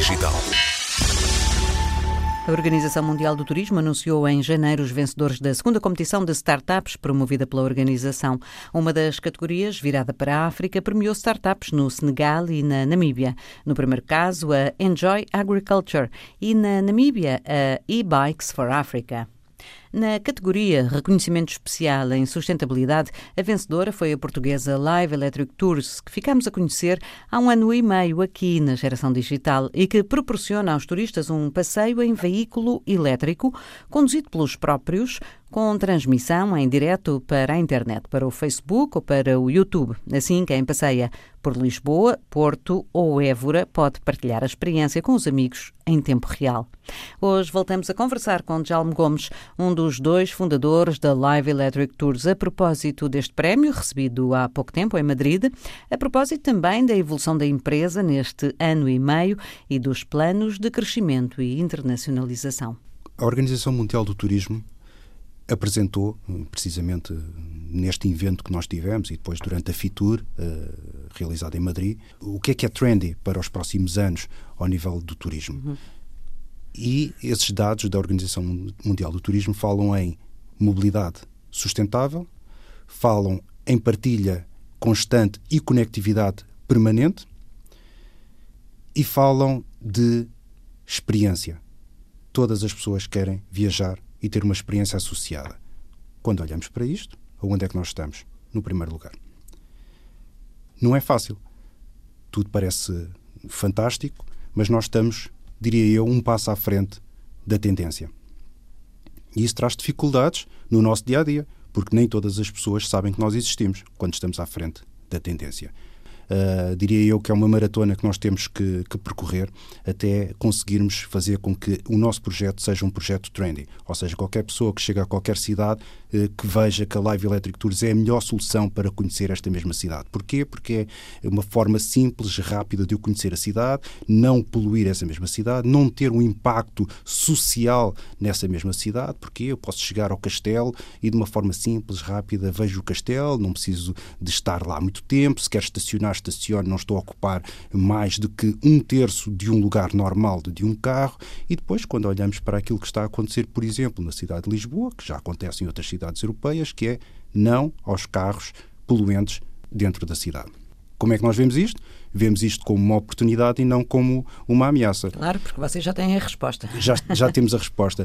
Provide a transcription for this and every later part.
Digital. A Organização Mundial do Turismo anunciou em janeiro os vencedores da segunda competição de startups promovida pela organização. Uma das categorias, virada para a África, premiou startups no Senegal e na Namíbia. No primeiro caso, a Enjoy Agriculture e na Namíbia, a E-Bikes for Africa. Na categoria Reconhecimento Especial em Sustentabilidade, a vencedora foi a portuguesa Live Electric Tours, que ficámos a conhecer há 1 ano e meio aqui na Geração Digital e que proporciona aos turistas um passeio em veículo elétrico conduzido pelos próprios, com transmissão em direto para a internet, para o Facebook ou para o YouTube. Assim, quem passeia por Lisboa, Porto ou Évora pode partilhar a experiência com os amigos em tempo real. Hoje voltamos a conversar com Djalme Gomes, um dos 2 fundadores da Live Electric Tours, a propósito deste prémio recebido há pouco tempo em Madrid, a propósito também da evolução da empresa neste ano e meio e dos planos de crescimento e internacionalização. A Organização Mundial do Turismo apresentou, precisamente neste evento que nós tivemos e depois durante a FITUR, realizada em Madrid, o que é trendy para os próximos anos ao nível do turismo. E esses dados da Organização Mundial do Turismo falam em mobilidade sustentável, falam em partilha constante e conectividade permanente e falam de experiência. Todas as pessoas querem viajar e ter uma experiência associada. Quando olhamos para isto, onde é que nós estamos? No primeiro lugar. Não é fácil. Tudo parece fantástico, mas nós estamos, diria eu, um passo à frente da tendência. E isso traz dificuldades no nosso dia-a-dia, porque nem todas as pessoas sabem que nós existimos quando estamos à frente da tendência. Diria eu que é uma maratona que nós temos que percorrer até conseguirmos fazer com que o nosso projeto seja um projeto trendy. Ou seja, qualquer pessoa que chega a qualquer cidade que veja que a Live Electric Tours é a melhor solução para conhecer esta mesma cidade. Porquê? Porque é uma forma simples, rápida de eu conhecer a cidade, não poluir essa mesma cidade, não ter um impacto social nessa mesma cidade, porque eu posso chegar ao castelo e de uma forma simples, rápida, vejo o castelo, não preciso de estar lá muito tempo, se quero estacionar, estaciono, não estou a ocupar mais do que 1/3 de um lugar normal de um carro. E depois, quando olhamos para aquilo que está a acontecer, por exemplo, na cidade de Lisboa, que já acontece em outras cidades europeias, que é não aos carros poluentes dentro da cidade. Como é que nós vemos isto? Vemos isto como uma oportunidade e não como uma ameaça. Claro, porque vocês já têm a resposta. Já temos a resposta.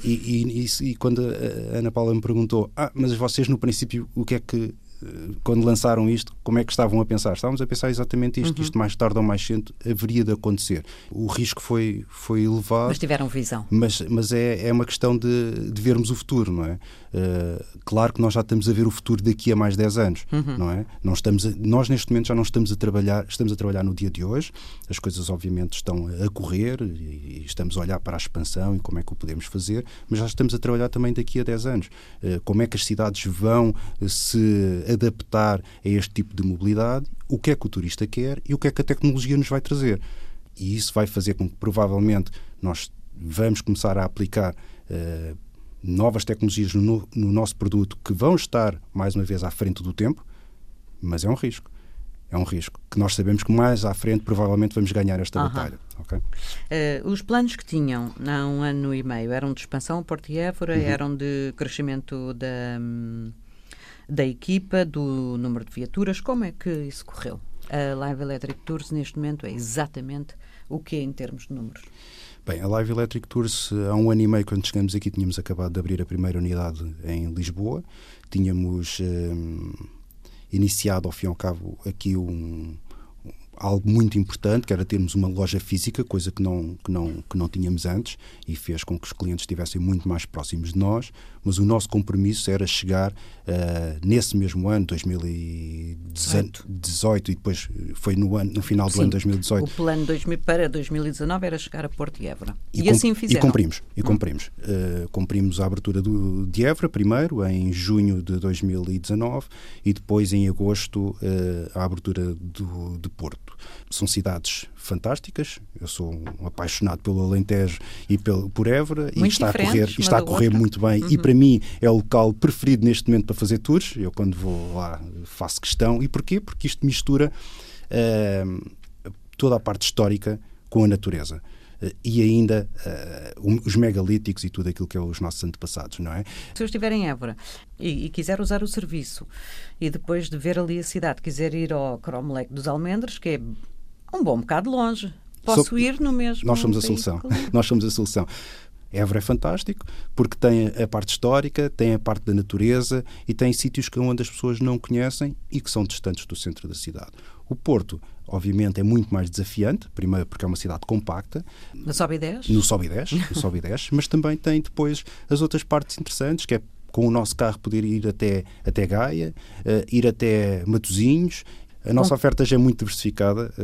E quando a Ana Paula me perguntou, mas vocês no princípio, o que é que quando lançaram isto, como é que estavam a pensar? Estávamos a pensar exatamente isto, que isto mais tarde ou mais cedo haveria de acontecer. O risco foi elevado. Mas tiveram visão. Mas é uma questão de vermos o futuro, não é? Claro que nós já estamos a ver o futuro daqui a mais 10 anos, não é? Nós neste momento já não estamos a trabalhar no dia de hoje, as coisas obviamente estão a correr e estamos a olhar para a expansão e como é que o podemos fazer, mas já estamos a trabalhar também daqui a 10 anos. Como é que as cidades vão se adaptar a este tipo de mobilidade, o que é que o turista quer e o que é que a tecnologia nos vai trazer. E isso vai fazer com que provavelmente nós vamos começar a aplicar novas tecnologias no nosso produto que vão estar, mais uma vez, à frente do tempo, mas é um risco. É um risco que nós sabemos que mais à frente provavelmente vamos ganhar esta batalha. Okay? Os planos que tinham há 1 ano e meio eram de expansão a Porto e Évora, eram de crescimento da equipa, do número de viaturas. Como é que isso correu? A Live Electric Tours neste momento é exatamente o que é em termos de números? Bem, a Live Electric Tours, há 1 ano e meio, quando chegamos aqui, tínhamos acabado de abrir a primeira unidade em Lisboa. Tínhamos iniciado, ao fim e ao cabo, aqui algo muito importante, que era termos uma loja física, coisa que não tínhamos antes, e fez com que os clientes estivessem muito mais próximos de nós, mas o nosso compromisso era chegar nesse mesmo ano, 2018, e depois foi no final do ano 2018. O plano para 2019 era chegar a Porto e Évora. E assim fizeram. E cumprimos. Cumprimos a abertura de Évora, primeiro, em junho de 2019, e depois, em agosto, a abertura de Porto. São cidades fantásticas. Eu sou um apaixonado pelo Alentejo e por Évora, e está a correr muito bem. E para mim é o local preferido neste momento para fazer tours. Eu, quando vou lá, faço questão. E porquê? Porque isto mistura toda a parte histórica com a natureza. E ainda os megalíticos e tudo aquilo que é os nossos antepassados, não é? Se eu estiver em Évora e quiser usar o serviço e depois de ver ali a cidade, quiser ir ao Cromlech dos Almendres, que é um bom bocado longe, posso ir no mesmo Nós somos a veículo? solução. Nós somos a solução. Évora é fantástico porque tem a parte histórica, tem a parte da natureza e tem sítios onde as pessoas não conhecem e que são distantes do centro da cidade. O Porto, obviamente, é muito mais desafiante, primeiro porque é uma cidade compacta. No Sobe 10? No Sobe 10, mas também tem depois as outras partes interessantes, que é com o nosso carro poder ir até Gaia, ir até Matosinhos. A nossa oferta já é muito diversificada.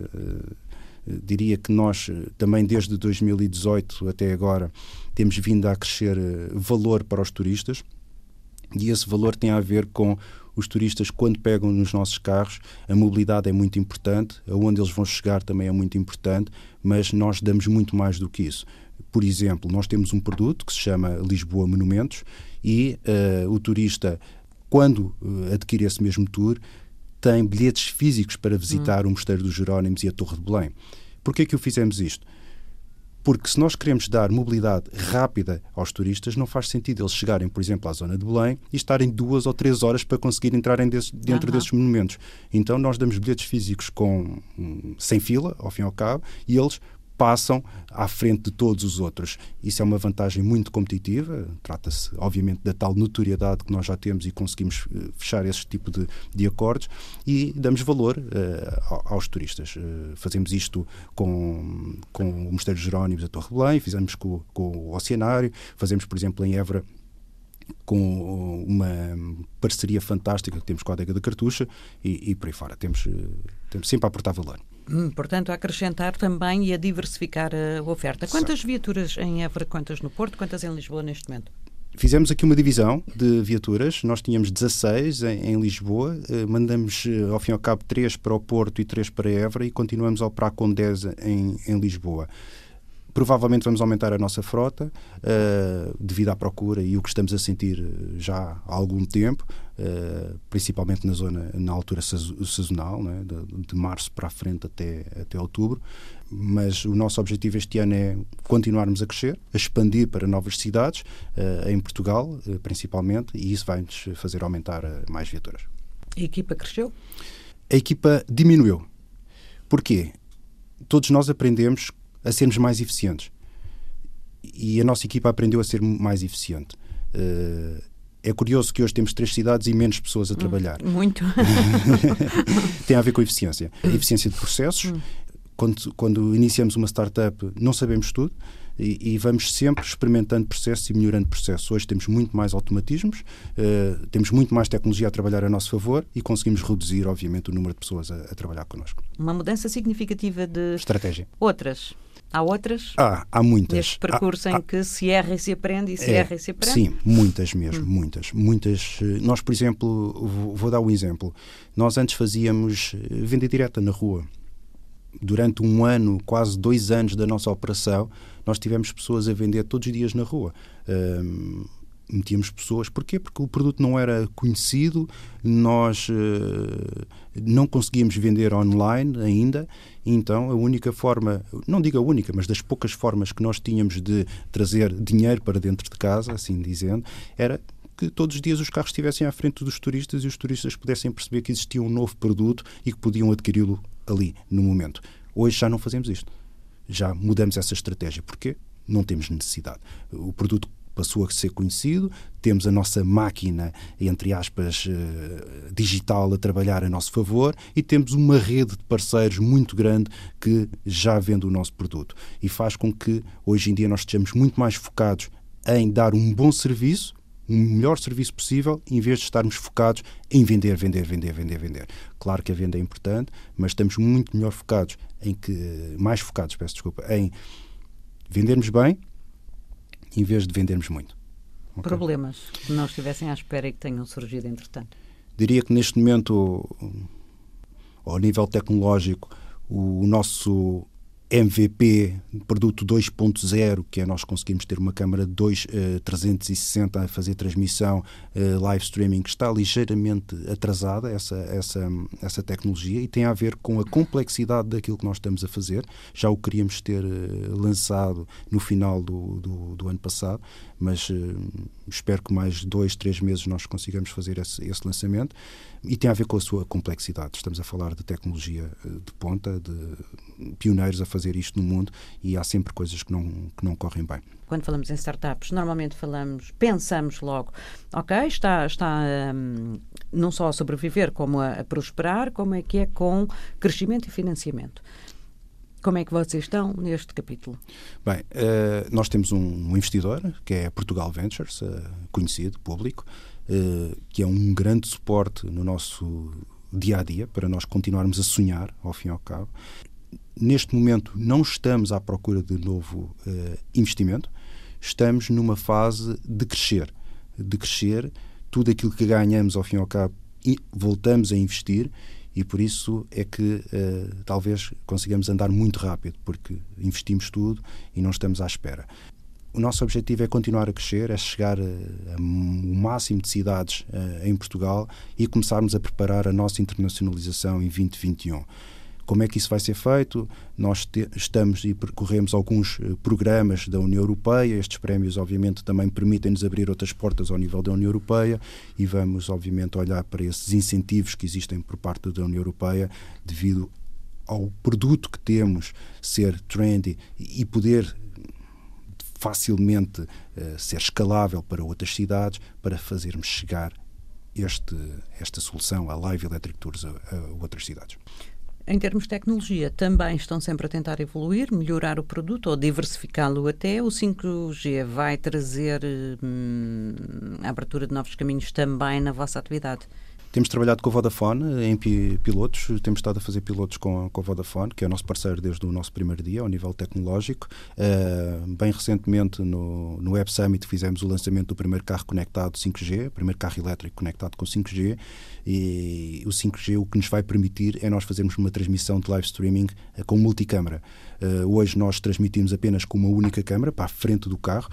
Diria que nós também desde 2018 até agora temos vindo a crescer valor para os turistas e esse valor tem a ver com os turistas quando pegam nos nossos carros, a mobilidade é muito importante, aonde eles vão chegar também é muito importante, mas nós damos muito mais do que isso. Por exemplo, nós temos um produto que se chama Lisboa Monumentos e o turista, quando adquire esse mesmo tour, tem bilhetes físicos para visitar o Mosteiro dos Jerónimos e a Torre de Belém. Porquê que o fizemos isto? Porque se nós queremos dar mobilidade rápida aos turistas, não faz sentido eles chegarem, por exemplo, à zona de Belém e estarem 2 ou 3 horas para conseguir entrarem dentro desses monumentos. Então nós damos bilhetes físicos sem fila, ao fim e ao cabo, e eles passam à frente de todos os outros. Isso é uma vantagem muito competitiva. Trata-se, obviamente, da tal notoriedade que nós já temos e conseguimos fechar esse tipo de acordos e damos valor aos turistas. Fazemos isto com o Mosteiro dos Jerónimos, a Torre de Belém, fizemos com o Oceanário, fazemos, por exemplo, em Évora, com uma parceria fantástica que temos com a Adega da Cartucha e por aí fora. Temos sempre a aportar valor. Portanto, a acrescentar também e a diversificar a oferta. Quantas viaturas em Évora, quantas no Porto, quantas em Lisboa neste momento? Fizemos aqui uma divisão de viaturas. Nós tínhamos 16 em Lisboa, mandamos ao fim e ao cabo 3 para o Porto e 3 para Évora e continuamos a operar com 10 em Lisboa. Provavelmente vamos aumentar a nossa frota devido à procura e o que estamos a sentir já há algum tempo, principalmente na altura sazonal, né, de março para a frente até outubro. Mas o nosso objetivo este ano é continuarmos a crescer, a expandir para novas cidades, em Portugal principalmente, e isso vai-nos fazer aumentar mais viaturas. A equipa cresceu? A equipa diminuiu. Porquê? Todos nós aprendemos a sermos mais eficientes. E a nossa equipa aprendeu a ser mais eficiente. É curioso que hoje temos 3 cidades e menos pessoas a trabalhar. Muito. Tem a ver com a eficiência. A eficiência de processos. Quando iniciamos uma startup, não sabemos tudo e vamos sempre experimentando processos e melhorando processos. Hoje temos muito mais automatismos, temos muito mais tecnologia a trabalhar a nosso favor e conseguimos reduzir, obviamente, o número de pessoas a trabalhar connosco. Uma mudança significativa de... Estratégia. Outras? Há outras? Há muitas. Neste percurso em que se erra e se aprende e se erra e se aprende? Sim, muitas mesmo, muitas. Nós, por exemplo, vou dar um exemplo. Nós antes fazíamos venda direta na rua. Durante 1 ano, quase 2 anos da nossa operação, nós tivemos pessoas a vender todos os dias na rua. Metíamos pessoas. Porquê? Porque o produto não era conhecido, nós não conseguíamos vender online ainda, então a única forma, não digo a única, mas das poucas formas que nós tínhamos de trazer dinheiro para dentro de casa, assim dizendo, era que todos os dias os carros estivessem à frente dos turistas e os turistas pudessem perceber que existia um novo produto e que podiam adquiri-lo ali, no momento. Hoje já não fazemos isto. Já mudamos essa estratégia. Porquê? Não temos necessidade. O produto passou a ser conhecido, temos a nossa máquina, entre aspas, digital a trabalhar a nosso favor e temos uma rede de parceiros muito grande que já vende o nosso produto. E faz com que, hoje em dia, nós estejamos muito mais focados em dar um bom serviço, um melhor serviço possível, em vez de estarmos focados em vender. Claro que a venda é importante, mas estamos muito melhor focados em vendermos bem, em vez de vendermos muito. Okay? Problemas que não estivessem à espera e que tenham surgido entretanto? Diria que neste momento, ao nível tecnológico, o nosso MVP, produto 2.0, que é nós conseguirmos ter uma câmara 360 a fazer transmissão, live streaming, que está ligeiramente atrasada essa tecnologia, e tem a ver com a complexidade daquilo que nós estamos a fazer. Já o queríamos ter lançado no final do ano passado, mas espero que mais 2-3 meses nós consigamos fazer esse lançamento, e tem a ver com a sua complexidade. Estamos a falar de tecnologia de ponta, de pioneiros a fazer isto no mundo, e há sempre coisas que não correm bem. Quando falamos em startups, normalmente pensamos logo, ok, está não só a sobreviver, como a prosperar, como é que é com crescimento e financiamento. Como é que vocês estão neste capítulo? Bem, nós temos um investidor, que é Portugal Ventures, conhecido, público, que é um grande suporte no nosso dia-a-dia, para nós continuarmos a sonhar, ao fim e ao cabo. Neste momento não estamos à procura de novo investimento, estamos numa fase de crescer. Tudo aquilo que ganhamos, ao fim e ao cabo, voltamos a investir, e por isso é que talvez consigamos andar muito rápido, porque investimos tudo e não estamos à espera. O nosso objetivo é continuar a crescer, é chegar a um máximo de cidades em Portugal e começarmos a preparar a nossa internacionalização em 2021. Como é que isso vai ser feito? Nós estamos e percorremos alguns programas da União Europeia. Estes prémios, obviamente, também permitem-nos abrir outras portas ao nível da União Europeia, e vamos, obviamente, olhar para esses incentivos que existem por parte da União Europeia, devido ao produto que temos ser trendy e poder facilmente ser escalável para outras cidades, para fazermos chegar esta solução, a Live Electric Tours, a outras cidades. Em termos de tecnologia, também estão sempre a tentar evoluir, melhorar o produto ou diversificá-lo até. O 5G vai trazer a abertura de novos caminhos também na vossa atividade? Temos trabalhado com a Vodafone em pilotos, temos estado a fazer pilotos com a Vodafone, que é o nosso parceiro desde o nosso primeiro dia, ao nível tecnológico. Bem recentemente, no Web Summit, fizemos o lançamento do primeiro carro conectado 5G, o primeiro carro elétrico conectado com 5G, e o 5G o que nos vai permitir é nós fazermos uma transmissão de live streaming com multicâmara. Hoje nós transmitimos apenas com uma única câmara para a frente do carro.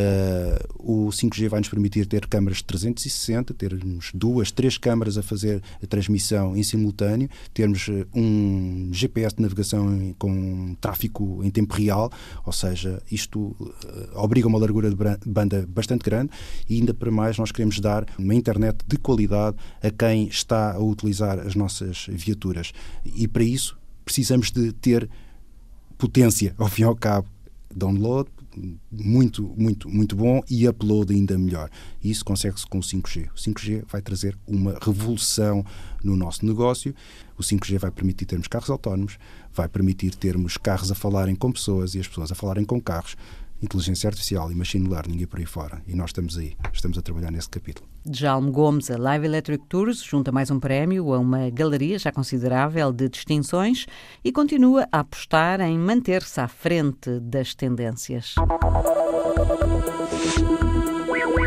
O 5G vai nos permitir ter câmaras de 360, termos 2-3 câmaras a fazer a transmissão em simultâneo, termos um GPS de navegação com tráfego em tempo real, ou seja, isto obriga a uma largura de banda bastante grande, e ainda para mais nós queremos dar uma internet de qualidade a quem está a utilizar as nossas viaturas, e para isso precisamos de ter potência, ao fim e ao cabo, download muito, muito, muito bom, e upload ainda melhor. E isso consegue-se com o 5G. O 5G vai trazer uma revolução no nosso negócio. O 5G vai permitir termos carros autónomos, vai permitir termos carros a falarem com pessoas e as pessoas a falarem com carros, inteligência artificial e machine learning e por aí fora. E nós estamos a trabalhar nesse capítulo. Djalme Gomes, a Live Electric Tours, junta mais um prémio a uma galeria já considerável de distinções e continua a apostar em manter-se à frente das tendências.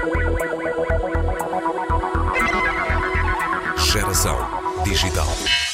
Geração Digital.